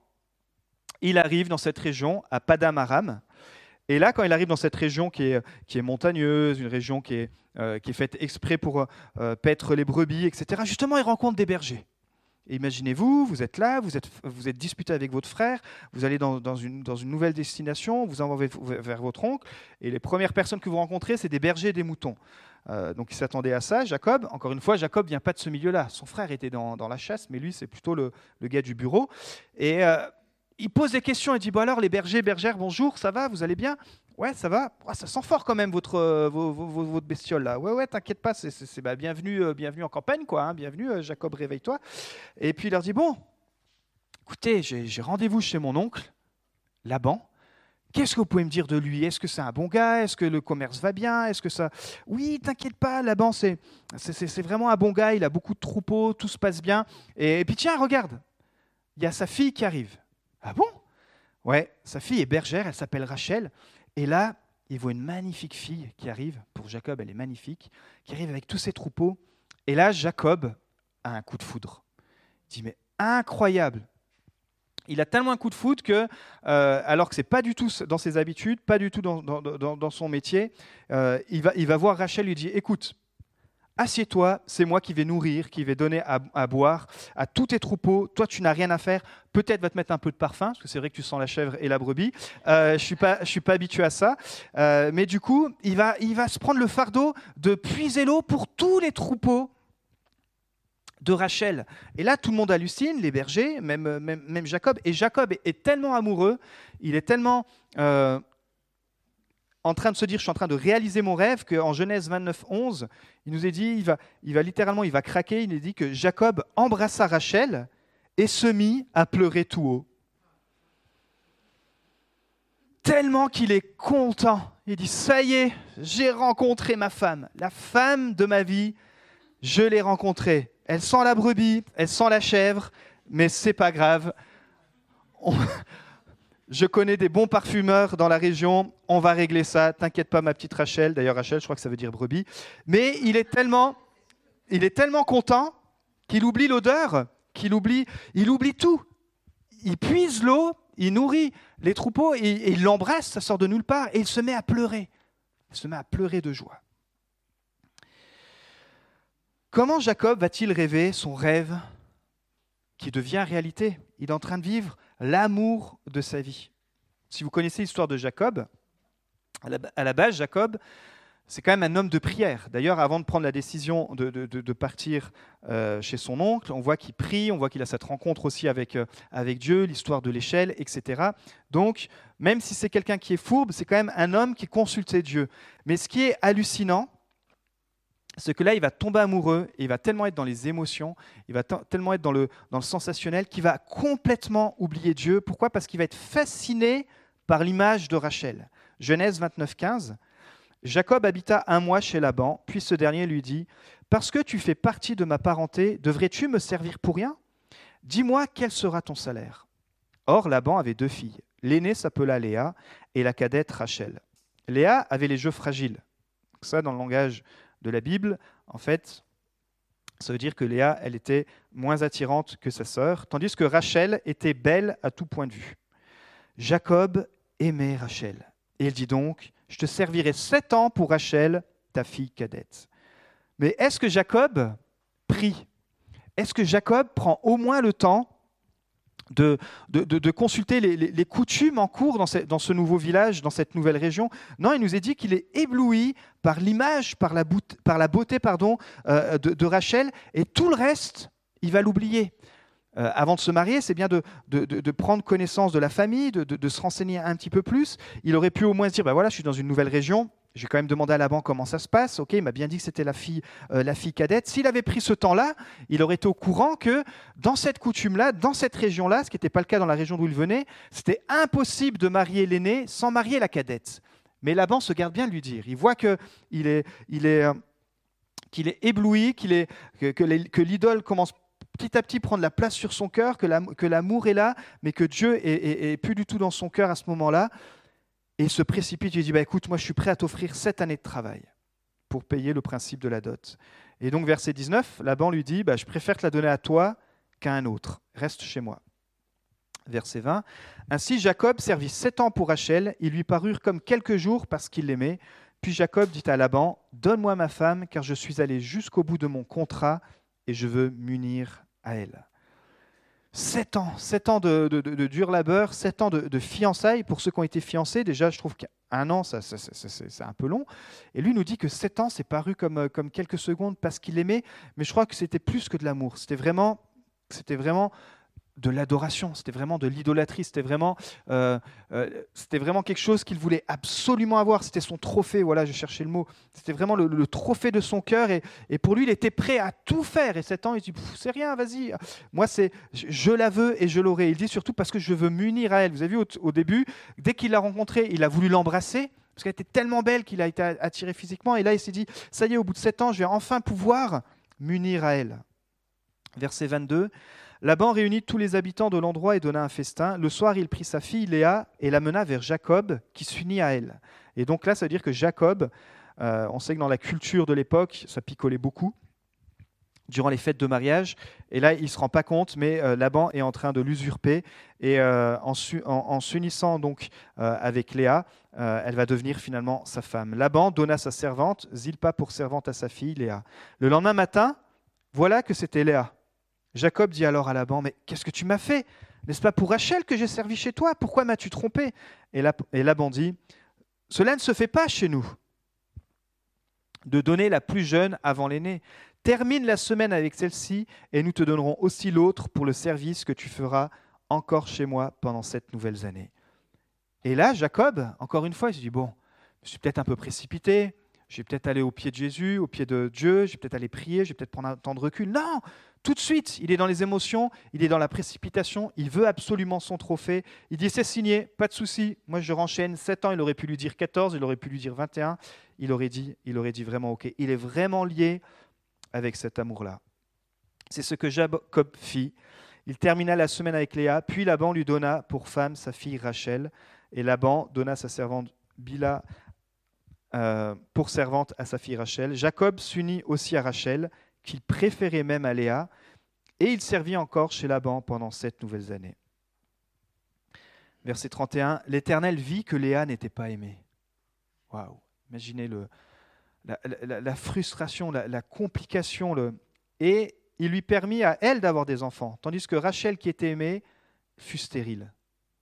il arrive dans cette région, à Padam Aram. Et là, quand il arrive dans cette région qui est montagneuse, une région qui est faite exprès pour paître les brebis, etc., justement, il rencontre des bergers. Et imaginez-vous, vous êtes là, vous êtes disputé avec votre frère, vous allez dans une nouvelle destination, vous en allez vers votre oncle, et les premières personnes que vous rencontrez, c'est des bergers et des moutons. Donc il s'attendait à ça. Jacob, encore une fois, Jacob ne vient pas de ce milieu-là. Son frère était dans la chasse, mais lui, c'est plutôt le gars du bureau. Et il pose des questions, il dit, bon alors les bergers, bergères, bonjour, ça va, vous allez bien? Ouais, ça va. Oh, ça sent fort quand même votre bestiole là. Ouais, t'inquiète pas, c'est bienvenue en campagne quoi. Hein. Bienvenue, Jacob, réveille-toi. Et puis il leur dit, bon, écoutez, j'ai rendez-vous chez mon oncle, Laban. Qu'est-ce que vous pouvez me dire de lui? Est-ce que c'est un bon gars? Est-ce que le commerce va bien? Est-ce que ça... Oui, t'inquiète pas, Laban, c'est vraiment un bon gars, il a beaucoup de troupeaux, tout se passe bien. Et puis tiens, regarde, il y a sa fille qui arrive. Ah bon? Ouais, sa fille est bergère, elle s'appelle Rachel. Et là, il voit une magnifique fille qui arrive. Pour Jacob, elle est magnifique, qui arrive avec tous ses troupeaux. Et là, Jacob a un coup de foudre. Il dit, mais incroyable! Il a tellement un coup de foudre que, alors que ce n'est pas du tout dans ses habitudes, pas du tout dans son métier, il va voir Rachel, lui dit, écoute, assieds-toi, c'est moi qui vais nourrir, qui vais donner à boire à tous tes troupeaux. Toi, tu n'as rien à faire. Peut-être va te mettre un peu de parfum, parce que c'est vrai que tu sens la chèvre et la brebis. Je suis pas habitué à ça. Mais du coup, il va se prendre le fardeau de puiser l'eau pour tous les troupeaux de Rachel. Et là, tout le monde hallucine, les bergers, même Jacob. Et Jacob est tellement amoureux, il est tellement en train de se dire, je suis en train de réaliser mon rêve, qu'en Genèse 29, 11, il nous est dit, il va craquer, il est dit que Jacob embrassa Rachel et se mit à pleurer tout haut. Tellement qu'il est content. Il dit, ça y est, j'ai rencontré ma femme, la femme de ma vie, je l'ai rencontrée. Elle sent la brebis, elle sent la chèvre, mais c'est pas grave. Je connais des bons parfumeurs dans la région, on va régler ça. T'inquiète pas, ma petite Rachel. D'ailleurs, Rachel, je crois que ça veut dire brebis. Mais il est tellement content qu'il oublie l'odeur, il oublie tout. Il puise l'eau, il nourrit les troupeaux et il l'embrasse, ça sort de nulle part et il se met à pleurer. Il se met à pleurer de joie. Comment Jacob va-t-il rêver son rêve qui devient réalité? Il est en train de vivre l'amour de sa vie. Si vous connaissez l'histoire de Jacob, à la base, Jacob, c'est quand même un homme de prière. D'ailleurs, avant de prendre la décision de partir chez son oncle, on voit qu'il prie, on voit qu'il a cette rencontre aussi avec Dieu, l'histoire de l'échelle, etc. Donc, même si c'est quelqu'un qui est fourbe, c'est quand même un homme qui consultait Dieu. Mais ce qui est hallucinant, c'est que là, il va tomber amoureux, et il va tellement être dans les émotions, il va tellement être dans le sensationnel, qu'il va complètement oublier Dieu. Pourquoi? Parce qu'il va être fasciné par l'image de Rachel. Genèse 29, 15. Jacob habita 1 mois chez Laban, puis ce dernier lui dit, « Parce que tu fais partie de ma parenté, devrais-tu me servir pour rien? Dis-moi quel sera ton salaire. » Or, Laban avait 2 filles. L'aînée s'appela Léa et la cadette Rachel. Léa avait les jeux fragiles. Ça, dans le langage de la Bible, en fait, Ça veut dire que Léa, elle était moins attirante que sa sœur, tandis que Rachel était belle à tout point de vue. Jacob aimait Rachel. Et il dit donc, je te servirai 7 ans pour Rachel, ta fille cadette. Mais est-ce que Jacob prie? Est-ce que Jacob prend au moins le temps de consulter les coutumes en cours dans ce nouveau village, dans cette nouvelle région? Non, il nous est dit qu'il est ébloui par l'image, par la beauté de Rachel, et tout le reste, il va l'oublier. Avant de se marier, c'est bien de prendre connaissance de la famille, de se renseigner un petit peu plus. Il aurait pu au moins se dire, voilà, je suis dans une nouvelle région, j'ai quand même demandé à Laban comment ça se passe. Ok, il m'a bien dit que c'était la fille cadette. S'il avait pris ce temps-là, il aurait été au courant que dans cette coutume-là, dans cette région-là, ce qui n'était pas le cas dans la région d'où il venait, c'était impossible de marier l'aîné sans marier la cadette. Mais Laban se garde bien de lui dire. Il voit qu'il est ébloui, que l'idole commence petit à petit prendre la place sur son cœur, que l'amour est là, mais que Dieu est plus du tout dans son cœur à ce moment-là. Et il se précipite, il dit, écoute, moi je suis prêt à t'offrir 7 années de travail pour payer le principe de la dot. Et donc verset 19, Laban lui dit, je préfère te la donner à toi qu'à un autre, reste chez moi. Verset 20, ainsi Jacob servit 7 ans pour Rachel, ils lui parurent comme quelques jours parce qu'il l'aimait. Puis Jacob dit à Laban, donne-moi ma femme, car je suis allé jusqu'au bout de mon contrat et je veux m'unir à elle. 7 ans de dur labeur, 7 ans de fiançailles. Pour ceux qui ont été fiancés, déjà, je trouve qu'un an, c'est un peu long. Et lui nous dit que 7 ans, c'est paru comme quelques secondes parce qu'il aimait, mais je crois que c'était plus que de l'amour. C'était vraiment de l'adoration, c'était vraiment de l'idolâtrie, c'était vraiment quelque chose qu'il voulait absolument avoir. C'était son trophée, voilà, je cherchais le mot. C'était vraiment le trophée de son cœur, et pour lui, il était prêt à tout faire. Et 7 ans, il dit, c'est rien, vas-y. Moi, je la veux et je l'aurai. Il dit surtout parce que je veux m'unir à elle. Vous avez vu au début, dès qu'il l'a rencontrée, il a voulu l'embrasser, parce qu'elle était tellement belle qu'il a été attiré physiquement. Et là, il s'est dit, ça y est, au bout de 7 ans, je vais enfin pouvoir m'unir à elle. Verset 22. Laban réunit tous les habitants de l'endroit et donna un festin. Le soir, il prit sa fille Léa et la mena vers Jacob, qui s'unit à elle. Et donc là, ça veut dire que Jacob, on sait que dans la culture de l'époque, ça picolait beaucoup durant les fêtes de mariage. Et là, il ne se rend pas compte, mais Laban est en train de l'usurper. Et en s'unissant donc avec Léa, elle va devenir finalement sa femme. Laban donna sa servante, Zilpa, pour servante à sa fille Léa. Le lendemain matin, voilà que c'était Léa. Jacob dit alors à Laban, mais qu'est-ce que tu m'as fait? N'est-ce pas pour Rachel que j'ai servi chez toi? Pourquoi m'as-tu trompé? Et Laban dit, cela ne se fait pas chez nous, de donner la plus jeune avant l'aînée. Termine la semaine avec celle-ci, et nous te donnerons aussi l'autre pour le service que tu feras encore chez moi pendant 7 nouvelles années. Et là, Jacob, encore une fois, il se dit, bon, je suis peut-être un peu précipité, je vais peut-être aller au pied de Jésus, au pied de Dieu, je vais peut-être aller prier, je vais peut-être prendre un temps de recul. Non, tout de suite, il est dans les émotions, il est dans la précipitation, il veut absolument son trophée. Il dit, c'est signé, pas de souci, moi je renchaîne 7 ans, il aurait pu lui dire 14, il aurait pu lui dire 21, il aurait dit vraiment ok. Il est vraiment lié avec cet amour-là. C'est ce que Jacob fit. Il termina la semaine avec Léa, puis Laban lui donna pour femme sa fille Rachel, et Laban donna sa servante Bila pour servante à sa fille Rachel. Jacob s'unit aussi à Rachel, qu'il préférait même à Léa, et il servit encore chez Laban pendant 7 nouvelles années. Verset 31, l'Éternel vit que Léa n'était pas aimée. Waouh, imaginez la frustration, la complication, et il lui permit à elle d'avoir des enfants, tandis que Rachel, qui était aimée, fut stérile.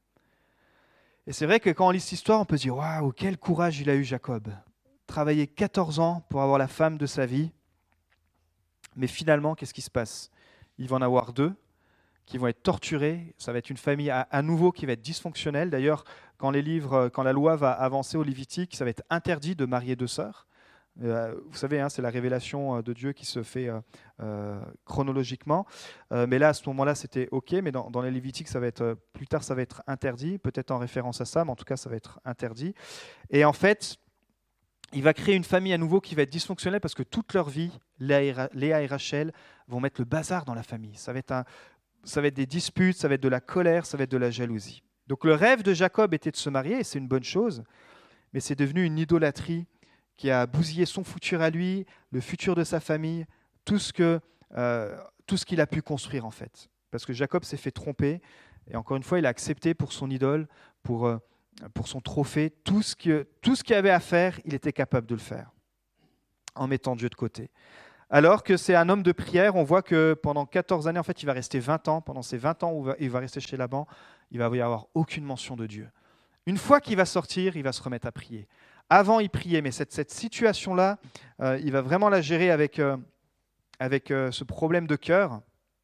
Et c'est vrai que quand on lit cette histoire, on peut se dire « Waouh, quel courage il a eu Jacob !» Travailler 14 ans pour avoir la femme de sa vie. Mais finalement, qu'est-ce qui se passe? Il va en avoir 2 qui vont être torturés. Ça va être une famille à nouveau qui va être dysfonctionnelle. D'ailleurs, quand la loi va avancer au Lévitique, ça va être interdit de marier 2 sœurs. Vous savez, c'est la révélation de Dieu qui se fait chronologiquement. Mais là, à ce moment-là, c'était OK. Mais dans les Lévitiques, plus tard, ça va être interdit, peut-être en référence à ça, mais en tout cas, ça va être interdit. Et en fait, il va créer une famille à nouveau qui va être dysfonctionnelle parce que toute leur vie, Léa et Rachel vont mettre le bazar dans la famille. Ça va être des disputes, ça va être de la colère, ça va être de la jalousie. Donc le rêve de Jacob était de se marier, et c'est une bonne chose, mais c'est devenu une idolâtrie qui a bousillé son futur à lui, le futur de sa famille, tout ce que tout ce qu'il a pu construire en fait. Parce que Jacob s'est fait tromper, et encore une fois, il a accepté pour son idole, pour son trophée, tout ce qu'il avait à faire, il était capable de le faire, en mettant Dieu de côté. Alors que c'est un homme de prière, on voit que pendant 14 années, en fait, il va rester 20 ans. Pendant ces 20 ans où il va rester chez Laban, il va y avoir aucune mention de Dieu. Une fois qu'il va sortir, il va se remettre à prier. Avant, il priait, mais cette situation-là, il va vraiment la gérer avec ce problème de cœur.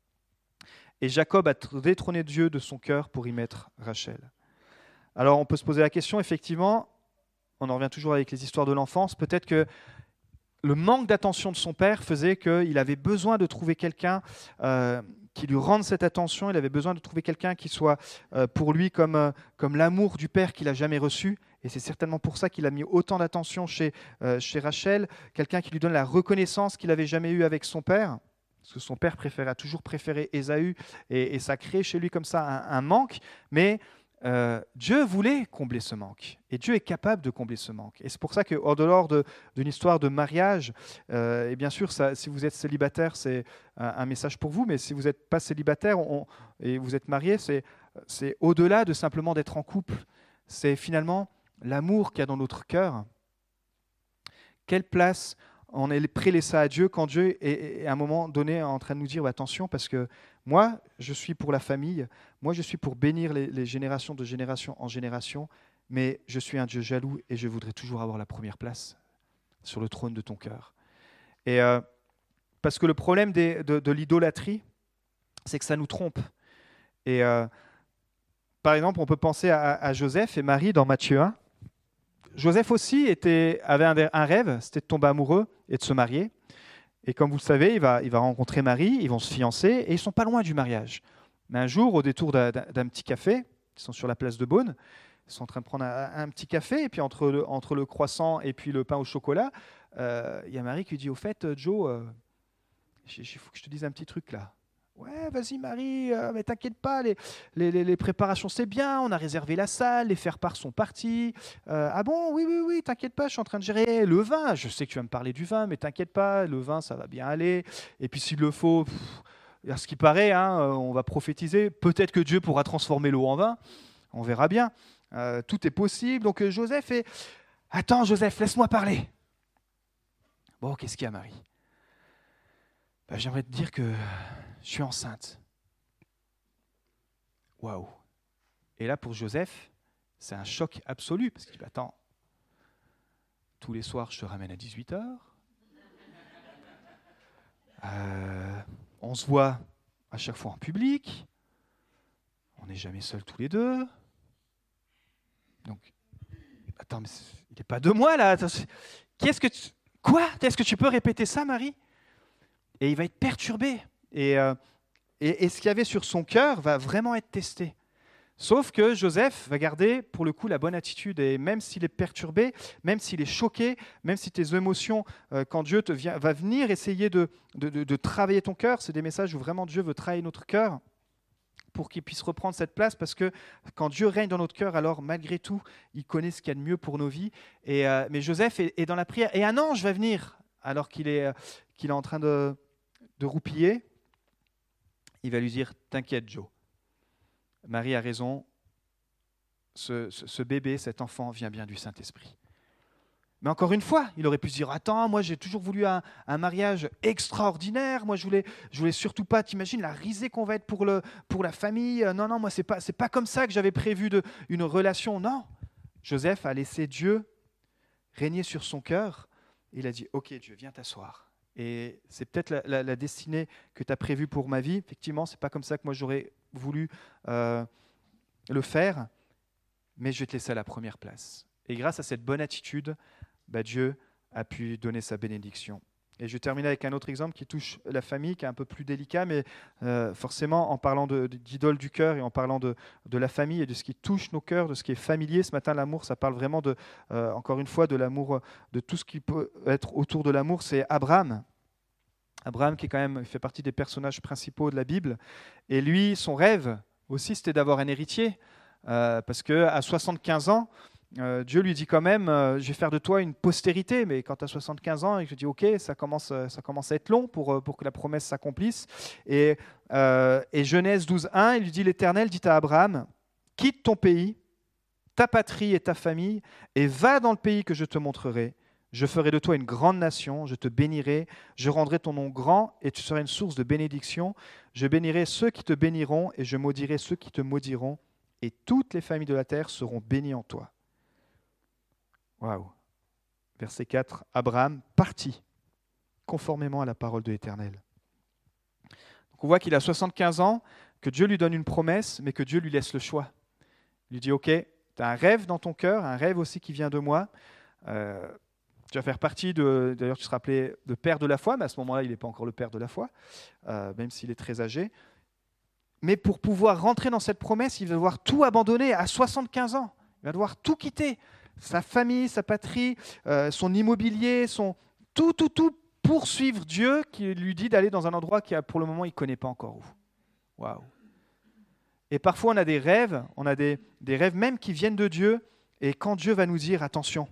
Et Jacob a détrôné Dieu de son cœur pour y mettre Rachel. Alors, on peut se poser la question, effectivement, on en revient toujours avec les histoires de l'enfance, peut-être que le manque d'attention de son père faisait qu'il avait besoin de trouver quelqu'un qui lui rende cette attention. Il avait besoin de trouver quelqu'un qui soit pour lui comme l'amour du père qu'il n'a jamais reçu. Et c'est certainement pour ça qu'il a mis autant d'attention chez Rachel, quelqu'un qui lui donne la reconnaissance qu'il n'avait jamais eue avec son père. Parce que son père a toujours préféré Ésaü, et ça crée chez lui comme ça un manque. Mais Dieu voulait combler ce manque, et Dieu est capable de combler ce manque. Et c'est pour ça qu'au dehors d'une histoire de mariage, et bien sûr, si vous êtes célibataire, c'est un message pour vous, mais si vous n'êtes pas célibataire et vous êtes marié, c'est au-delà de simplement d'être en couple. C'est finalement l'amour qu'il y a dans notre cœur. Quelle place on est prêt à laisser à Dieu quand Dieu est à un moment donné en train de nous dire attention, parce que moi, je suis pour la famille, moi, je suis pour bénir les générations de génération en génération, mais je suis un Dieu jaloux et je voudrais toujours avoir la première place sur le trône de ton cœur. Et parce que le problème de l'idolâtrie, c'est que ça nous trompe. Et par exemple, on peut penser à Joseph et Marie dans Matthieu 1. Joseph aussi avait un rêve, c'était de tomber amoureux et de se marier. Et comme vous le savez, il va rencontrer Marie, ils vont se fiancer et ils ne sont pas loin du mariage. Mais un jour, au détour d'un petit café, ils sont sur la place de Beaune, ils sont en train de prendre un petit café, et puis entre le croissant et puis le pain au chocolat, il y a Marie qui dit « Au fait, Joe, il faut que je te dise un petit truc là. » Ouais, vas-y Marie, mais t'inquiète pas, les préparations c'est bien, on a réservé la salle, les faire-part sont partis. Ah bon, oui, t'inquiète pas, je suis en train de gérer le vin. Je sais que tu vas me parler du vin, mais t'inquiète pas, le vin ça va bien aller. Et puis s'il le faut, à ce qui paraît, on va prophétiser. Peut-être que Dieu pourra transformer l'eau en vin, on verra bien. Tout est possible. Donc Joseph est... Attends Joseph, laisse-moi parler. Bon, qu'est-ce qu'il y a Marie ? J'aimerais te dire que je suis enceinte. Waouh. Et là, pour Joseph, c'est un choc absolu, parce qu'il dit, attends, tous les soirs, je te ramène à 18h. On se voit à chaque fois en public. On n'est jamais seuls tous les deux. Donc, attends, mais il n'est pas de moi, là. Quoi ? Est-ce que tu peux répéter ça, Marie ? Et il va être perturbé. Et ce qu'il y avait sur son cœur va vraiment être testé. Sauf que Joseph va garder, pour le coup, la bonne attitude. Et même s'il est perturbé, même s'il est choqué, même si tes émotions, quand Dieu va venir essayer de travailler ton cœur, c'est des messages où vraiment Dieu veut travailler notre cœur pour qu'il puisse reprendre cette place, parce que quand Dieu règne dans notre cœur, alors malgré tout, il connaît ce qu'il y a de mieux pour nos vies. Mais Joseph est dans la prière. Et un ange va venir, alors qu'il est en train de roupiller. Il va lui dire, t'inquiète Joe, Marie a raison, ce bébé, cet enfant vient bien du Saint-Esprit. Mais encore une fois, il aurait pu se dire, attends, moi j'ai toujours voulu un mariage extraordinaire, moi je voulais surtout pas, t'imagines la risée qu'on va être pour la famille, non, moi c'est pas comme ça que j'avais prévu une relation, non. Joseph a laissé Dieu régner sur son cœur, et il a dit, ok Dieu, viens t'asseoir. Et c'est peut-être la destinée que tu as prévue pour ma vie. Effectivement, ce n'est pas comme ça que moi j'aurais voulu le faire, mais je vais te laisser à la première place. Et grâce à cette bonne attitude, Dieu a pu donner sa bénédiction. Et je termine avec un autre exemple qui touche la famille, qui est un peu plus délicat, mais forcément, en parlant d'idole du cœur et en parlant de la famille et de ce qui touche nos cœurs, de ce qui est familier, ce matin, l'amour, ça parle vraiment, encore une fois, de l'amour, de tout ce qui peut être autour de l'amour. C'est Abraham. Abraham, qui est quand même fait partie des personnages principaux de la Bible. Et lui, son rêve aussi, c'était d'avoir un héritier, parce qu'à 75 ans, Dieu lui dit quand même, je vais faire de toi une postérité, mais quand tu as 75 ans, il te dit, ok, ça commence à être long pour que la promesse s'accomplisse. Et Genèse 12.1, il lui dit, l'Éternel dit à Abraham, quitte ton pays, ta patrie et ta famille, et va dans le pays que je te montrerai. Je ferai de toi une grande nation, je te bénirai, je rendrai ton nom grand, et tu seras une source de bénédiction. Je bénirai ceux qui te béniront, et je maudirai ceux qui te maudiront, et toutes les familles de la terre seront bénies en toi. Waouh. Verset 4, Abraham partit, conformément à la parole de l'Éternel. Donc on voit qu'il a 75 ans, que Dieu lui donne une promesse, mais que Dieu lui laisse le choix. Il lui dit, ok, tu as un rêve dans ton cœur, un rêve aussi qui vient de moi. Tu vas faire partie d'ailleurs tu seras appelé le père de la foi, mais à ce moment-là, il n'est pas encore le père de la foi, même s'il est très âgé. Mais pour pouvoir rentrer dans cette promesse, il va devoir tout abandonner à 75 ans. Il va devoir tout quitter, sa famille, sa patrie, son immobilier, tout, pour suivre Dieu qui lui dit d'aller dans un endroit qui, pour le moment, il ne connaît pas encore où. Waouh. Et parfois, on a des rêves, des rêves même qui viennent de Dieu, et quand Dieu va nous dire, attention,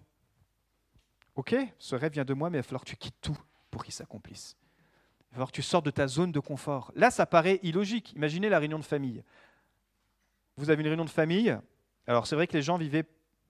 ok, ce rêve vient de moi, mais il va falloir que tu quittes tout pour qu'il s'accomplisse. Il va falloir que tu sortes de ta zone de confort. Là, ça paraît illogique. Imaginez la réunion de famille. Vous avez une réunion de famille. Alors, c'est vrai que les gens vivaient...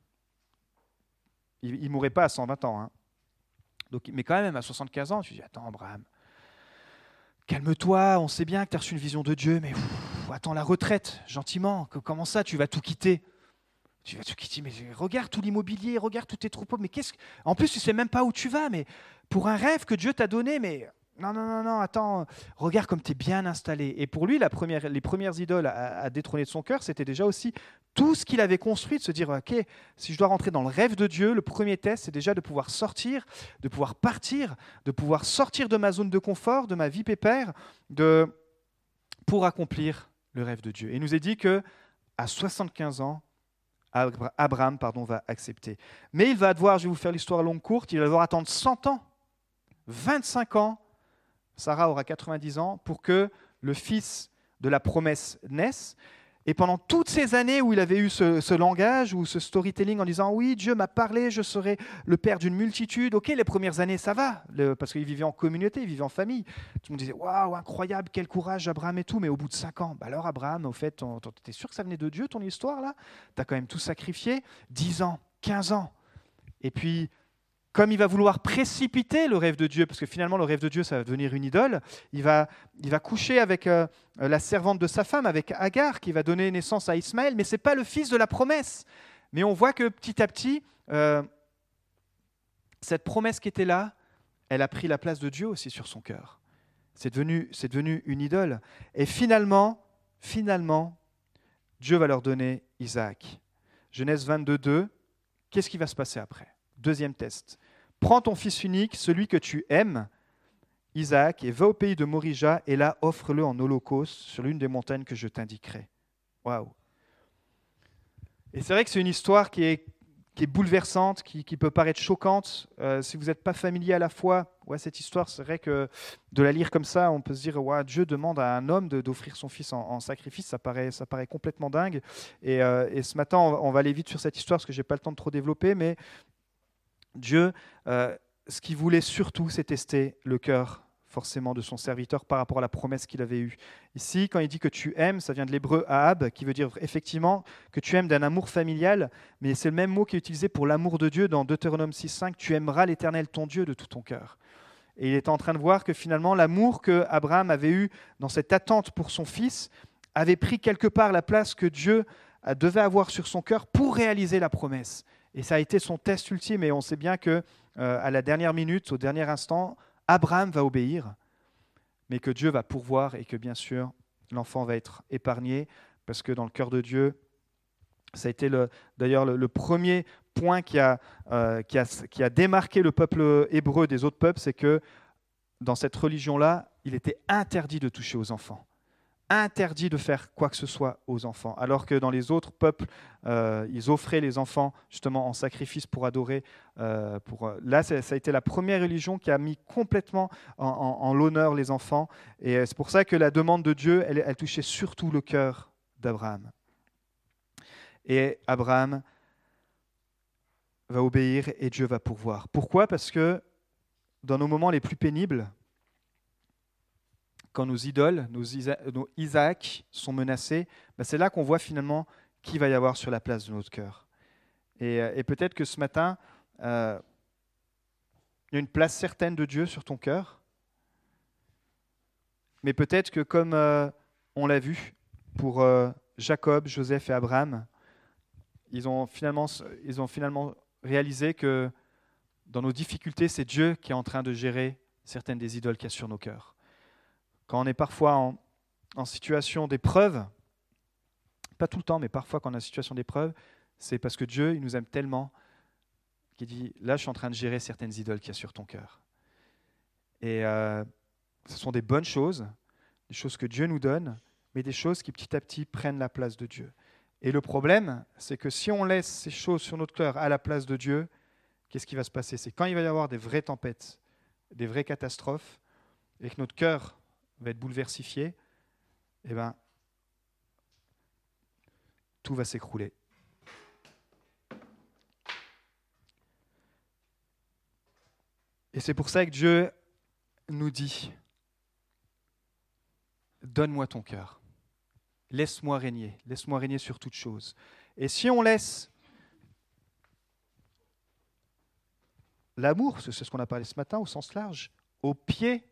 Ils ne mouraient pas à 120 ans. Hein. Donc, mais quand même, à 75 ans, tu dis, attends, Abraham, calme-toi, on sait bien que tu as reçu une vision de Dieu, mais attends la retraite, gentiment. Comment ça, tu vas tout quitter ? Tu vas tout quitter, mais regarde tout l'immobilier, regarde tous tes troupeaux, mais en plus, tu ne sais même pas où tu vas, mais pour un rêve que Dieu t'a donné, mais non, attends, regarde comme tu es bien installé. Et pour lui, les premières idoles à détrôner de son cœur, c'était déjà aussi tout ce qu'il avait construit, de se dire, ok, si je dois rentrer dans le rêve de Dieu, le premier test, c'est déjà de pouvoir sortir, de pouvoir partir, de pouvoir sortir de ma zone de confort, de ma vie pépère, pour accomplir le rêve de Dieu. Et il nous est dit qu'à 75 ans, Abraham va accepter. Mais il va devoir, je vais vous faire l'histoire longue courte, il va devoir attendre 100 ans, 25 ans, Sarah aura 90 ans, pour que le fils de la promesse naisse. Et pendant toutes ces années où il avait eu ce langage ou ce storytelling en disant « Oui, Dieu m'a parlé, je serai le père d'une multitude », ok, les premières années, ça va, parce qu'il vivait en communauté, il vivait en famille. Tout le monde disait « Waouh, incroyable, quel courage, Abraham et tout », mais au bout de 5 ans, alors Abraham, au fait, t'es sûr que ça venait de Dieu, ton histoire, là ? T'as quand même tout sacrifié, 10 ans, 15 ans. Et puis, comme il va vouloir précipiter le rêve de Dieu, parce que finalement le rêve de Dieu, ça va devenir une idole, il va coucher avec la servante de sa femme, avec Agar, qui va donner naissance à Ismaël, mais ce n'est pas le fils de la promesse. Mais on voit que petit à petit, cette promesse qui était là, elle a pris la place de Dieu aussi sur son cœur. C'est devenu une idole. Et finalement, Dieu va leur donner Isaac. Genèse 22, qu'est-ce qui va se passer après ? Deuxième test. Prends ton fils unique, celui que tu aimes, Isaac, et va au pays de Morija, et là, offre-le en holocauste sur l'une des montagnes que je t'indiquerai. Waouh! Et c'est vrai que c'est une histoire qui est bouleversante, qui peut paraître choquante. Si vous n'êtes pas familier à la foi, cette histoire, c'est vrai que de la lire comme ça, on peut se dire Dieu demande à un homme d'offrir son fils en sacrifice, ça paraît complètement dingue. Et ce matin, on va aller vite sur cette histoire parce que je n'ai pas le temps de trop développer, mais Dieu, ce qu'il voulait surtout, c'est tester le cœur forcément de son serviteur par rapport à la promesse qu'il avait eue. Ici, quand il dit que tu aimes, ça vient de l'hébreu Ahab, qui veut dire effectivement que tu aimes d'un amour familial, mais c'est le même mot qui est utilisé pour l'amour de Dieu dans Deutéronome 6.5, tu aimeras l'Éternel ton Dieu de tout ton cœur. Et il est en train de voir que finalement, l'amour que Abraham avait eu dans cette attente pour son fils avait pris quelque part la place que Dieu devait avoir sur son cœur pour réaliser la promesse. Et ça a été son test ultime, et on sait bien que à la dernière minute, au dernier instant, Abraham va obéir, mais que Dieu va pourvoir et que bien sûr, l'enfant va être épargné, parce que dans le cœur de Dieu, ça a été d'ailleurs le premier point qui a démarqué le peuple hébreu des autres peuples, c'est que dans cette religion-là, il était interdit de toucher aux enfants. Interdit de faire quoi que ce soit aux enfants, alors que dans les autres peuples, ils offraient les enfants justement en sacrifice pour adorer. Là, ça a été la première religion qui a mis complètement en l'honneur les enfants, et c'est pour ça que la demande de Dieu, elle touchait surtout le cœur d'Abraham. Et Abraham va obéir et Dieu va pourvoir. Pourquoi ? Parce que dans nos moments les plus pénibles, quand nos idoles, nos Isaac sont menacés, c'est là qu'on voit finalement qui va y avoir sur la place de notre cœur. Et peut-être que ce matin, il y a une place certaine de Dieu sur ton cœur, mais peut-être que comme on l'a vu pour Jacob, Joseph et Abraham, ils ont finalement réalisé que dans nos difficultés, c'est Dieu qui est en train de gérer certaines des idoles qu'il y a sur nos cœurs. Quand on est parfois en situation d'épreuve, pas tout le temps, mais parfois quand on est en situation d'épreuve, c'est parce que Dieu, il nous aime tellement qu'il dit, là je suis en train de gérer certaines idoles qu'il y a sur ton cœur. Et ce sont des bonnes choses, des choses que Dieu nous donne, mais des choses qui petit à petit prennent la place de Dieu. Et le problème, c'est que si on laisse ces choses sur notre cœur à la place de Dieu, qu'est-ce qui va se passer ? C'est quand il va y avoir des vraies tempêtes, des vraies catastrophes, et que notre cœur va être bouleversifié, eh bien, tout va s'écrouler. Et c'est pour ça que Dieu nous dit, donne-moi ton cœur, laisse-moi régner sur toute chose. Et si on laisse l'amour, c'est ce qu'on a parlé ce matin au sens large, au pied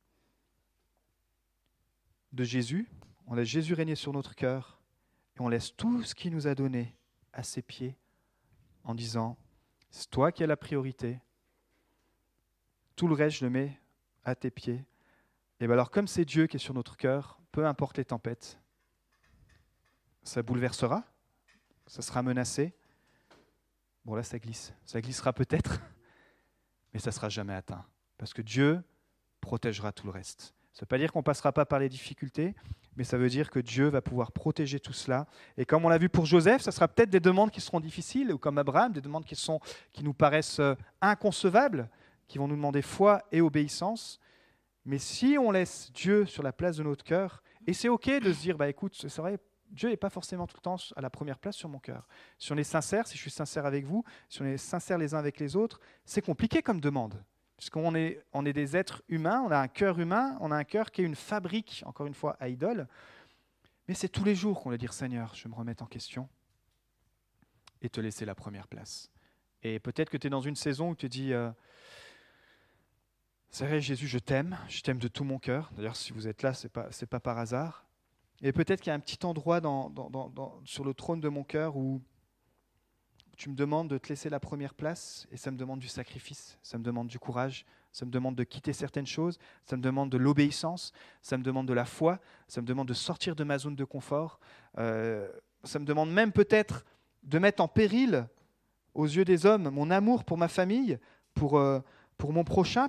de Jésus, on laisse Jésus régner sur notre cœur et on laisse tout ce qu'il nous a donné à ses pieds en disant, c'est toi qui as la priorité, tout le reste je le mets à tes pieds. Et bien alors comme c'est Dieu qui est sur notre cœur, peu importe les tempêtes, ça bouleversera, ça sera menacé. Bon là ça glissera peut-être, mais ça ne sera jamais atteint, parce que Dieu protégera tout le reste. Ça ne veut pas dire qu'on ne passera pas par les difficultés, mais ça veut dire que Dieu va pouvoir protéger tout cela. Et comme on l'a vu pour Joseph, ça sera peut-être des demandes qui seront difficiles, ou comme Abraham, des demandes qui nous paraissent inconcevables, qui vont nous demander foi et obéissance. Mais si on laisse Dieu sur la place de notre cœur, et c'est OK de se dire, écoute, c'est vrai, Dieu n'est pas forcément tout le temps à la première place sur mon cœur. Si on est sincère, si je suis sincère avec vous, si on est sincère les uns avec les autres, c'est compliqué comme demande. Puisqu'on est des êtres humains, on a un cœur humain, on a un cœur qui est une fabrique, encore une fois, à idole. Mais c'est tous les jours qu'on va dire, Seigneur, je vais me remettre en question et te laisser la première place. Et peut-être que tu es dans une saison où tu te dis, c'est vrai, Jésus, je t'aime de tout mon cœur. D'ailleurs, si vous êtes là, c'est pas par hasard. Et peut-être qu'il y a un petit endroit sur le trône de mon cœur où tu me demandes de te laisser la première place et ça me demande du sacrifice, ça me demande du courage, ça me demande de quitter certaines choses, ça me demande de l'obéissance, ça me demande de la foi, ça me demande de sortir de ma zone de confort, ça me demande même peut-être de mettre en péril aux yeux des hommes mon amour pour ma famille, pour mon prochain,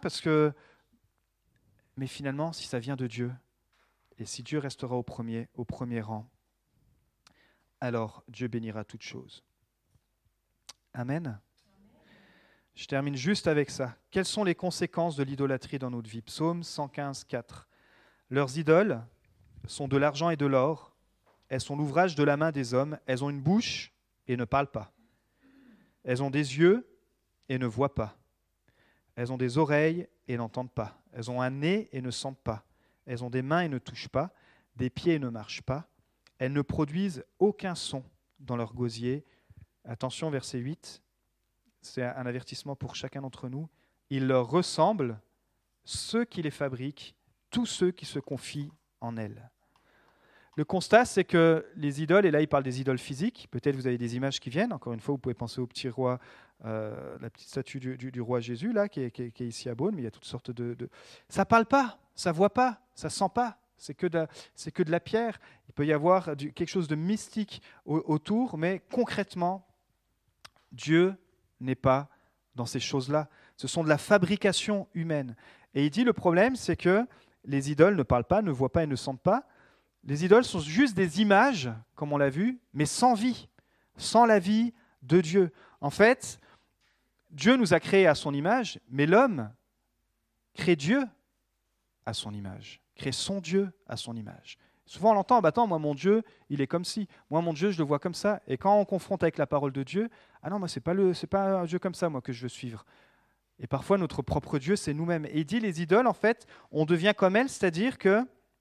mais finalement, si ça vient de Dieu, et si Dieu restera au premier rang, alors Dieu bénira toutes choses. Amen. Je termine juste avec ça. Quelles sont les conséquences de l'idolâtrie dans notre vie ? Psaume 115, 4. Leurs idoles sont de l'argent et de l'or. Elles sont l'ouvrage de la main des hommes. Elles ont une bouche et ne parlent pas. Elles ont des yeux et ne voient pas. Elles ont des oreilles et n'entendent pas. Elles ont un nez et ne sentent pas. Elles ont des mains et ne touchent pas. Des pieds et ne marchent pas. Elles ne produisent aucun son dans leur gosier. Attention, verset 8, c'est un avertissement pour chacun d'entre nous. Ils leur ressemblent, ceux qui les fabriquent, tous ceux qui se confient en elles. Le constat, c'est que les idoles, et là il parle des idoles physiques, peut-être vous avez des images qui viennent, encore une fois vous pouvez penser au petit roi, la petite statue du roi Jésus, là, qui est ici à Beaune, mais il y a toutes sortes de... Ça ne parle pas, ça ne voit pas, ça ne sent pas. C'est que de la pierre. Il peut y avoir quelque chose de mystique autour, mais concrètement, Dieu n'est pas dans ces choses-là. Ce sont de la fabrication humaine. Et il dit, le problème, c'est que les idoles ne parlent pas, ne voient pas et ne sentent pas. Les idoles sont juste des images, comme on l'a vu, mais sans vie, sans la vie de Dieu. En fait, Dieu nous a créés à son image, mais l'homme crée Dieu à son image, crée son Dieu à son image. Souvent, on l'entend, bah, attends, moi, mon Dieu, il est comme ci. Moi, mon Dieu, je le vois comme ça. Et quand on confronte avec la parole de Dieu, ah non, moi, c'est pas un Dieu comme ça, moi, que je veux suivre. Et parfois, notre propre Dieu, c'est nous-mêmes. Et il dit, les idoles, en fait, on devient comme elles, c'est-à-dire que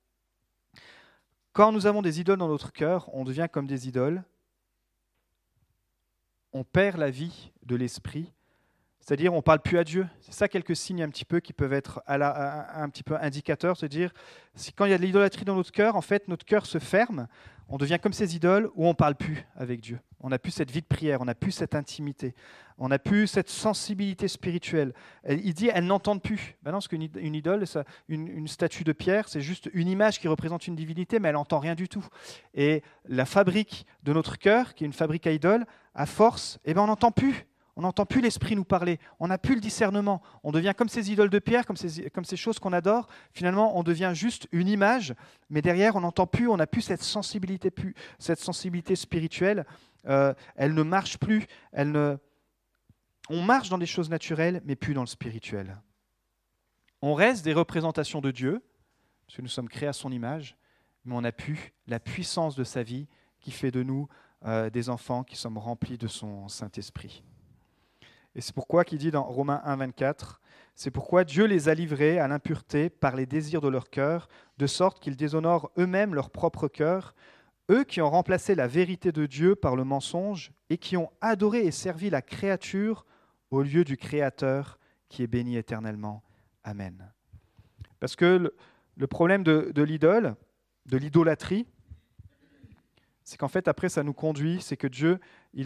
quand nous avons des idoles dans notre cœur, on devient comme des idoles. On perd la vie de l'esprit. C'est-à-dire, on ne parle plus à Dieu. C'est ça quelques signes un petit peu qui peuvent être un petit peu indicateurs. C'est-à-dire, quand il y a de l'idolâtrie dans notre cœur, en fait, notre cœur se ferme. On devient comme ces idoles où on ne parle plus avec Dieu. On n'a plus cette vie de prière, on n'a plus cette intimité, on n'a plus cette sensibilité spirituelle. Il dit, elles n'entendent plus. Ben non, parce qu'une idole, une statue de pierre, c'est juste une image qui représente une divinité, mais elle n'entend rien du tout. Et la fabrique de notre cœur, qui est une fabrique à idoles, à force, eh ben, on n'entend plus. On n'entend plus l'esprit nous parler, on n'a plus le discernement, on devient comme ces idoles de pierre, comme ces choses qu'on adore. Finalement, on devient juste une image, mais derrière, on n'entend plus, on n'a plus cette sensibilité spirituelle. Elle ne marche plus, on marche dans des choses naturelles, mais plus dans le spirituel. On reste des représentations de Dieu, parce que nous sommes créés à son image, mais on n'a plus la puissance de sa vie qui fait de nous des enfants qui sommes remplis de son Saint-Esprit. Et c'est pourquoi qu'il dit dans Romains 1, 24, c'est pourquoi Dieu les a livrés à l'impureté par les désirs de leur cœur, de sorte qu'ils déshonorent eux-mêmes leur propre cœur, eux qui ont remplacé la vérité de Dieu par le mensonge et qui ont adoré et servi la créature au lieu du Créateur qui est béni éternellement. Amen. Parce que le problème de l'idole, de l'idolâtrie, c'est qu'en fait après ça nous conduit, c'est que Dieu,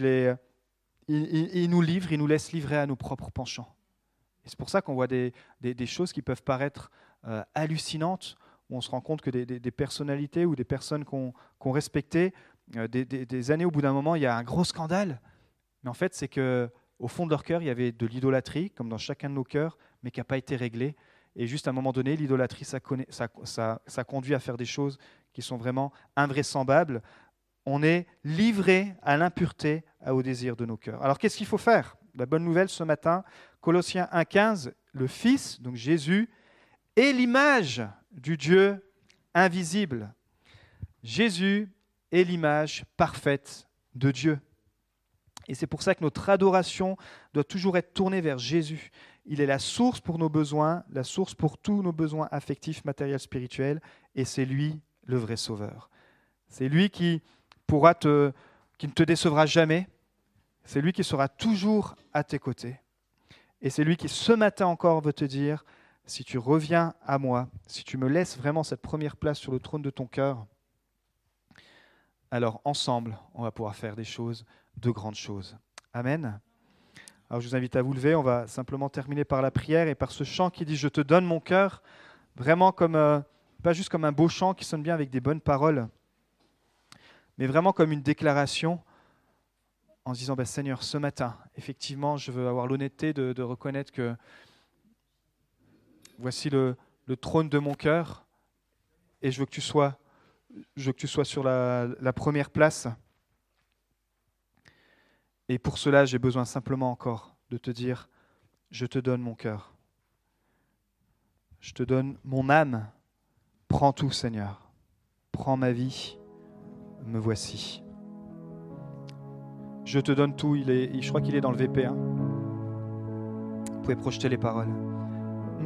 il nous livre, il nous laisse livrer à nos propres penchants. Et c'est pour ça qu'on voit des choses qui peuvent paraître hallucinantes, où on se rend compte que des personnalités ou des personnes qu'on respectait, des années au bout d'un moment, il y a un gros scandale. Mais en fait, c'est qu'au fond de leur cœur, il y avait de l'idolâtrie, comme dans chacun de nos cœurs, mais qui n'a pas été réglée. Et juste à un moment donné, l'idolâtrie, ça conduit à faire des choses qui sont vraiment invraisemblables. On est livré à l'impureté, au désir de nos cœurs. Alors qu'est-ce qu'il faut faire ? La bonne nouvelle ce matin, Colossiens 1,15, le Fils, donc Jésus, est l'image du Dieu invisible. Jésus est l'image parfaite de Dieu. Et c'est pour ça que notre adoration doit toujours être tournée vers Jésus. Il est la source pour nos besoins, la source pour tous nos besoins affectifs, matériels, spirituels, et c'est lui le vrai sauveur. C'est lui qui ne te décevra jamais. C'est lui qui sera toujours à tes côtés. Et c'est lui qui, ce matin encore, veut te dire, si tu reviens à moi, si tu me laisses vraiment cette première place sur le trône de ton cœur, alors ensemble, on va pouvoir faire des choses, de grandes choses. Amen. Alors je vous invite à vous lever, on va simplement terminer par la prière et par ce chant qui dit « Je te donne mon cœur », vraiment comme, pas juste comme un beau chant qui sonne bien avec des bonnes paroles, mais vraiment comme une déclaration en se disant Seigneur, ce matin, effectivement, je veux avoir l'honnêteté de reconnaître que voici le trône de mon cœur et je veux que tu sois sur la première place. Et pour cela, j'ai besoin simplement encore de te dire, je te donne mon cœur. Je te donne mon âme. Prends tout, Seigneur. Prends ma vie. Me voici. Je te donne tout. Je crois qu'il est dans le VP1. Vous pouvez projeter les paroles.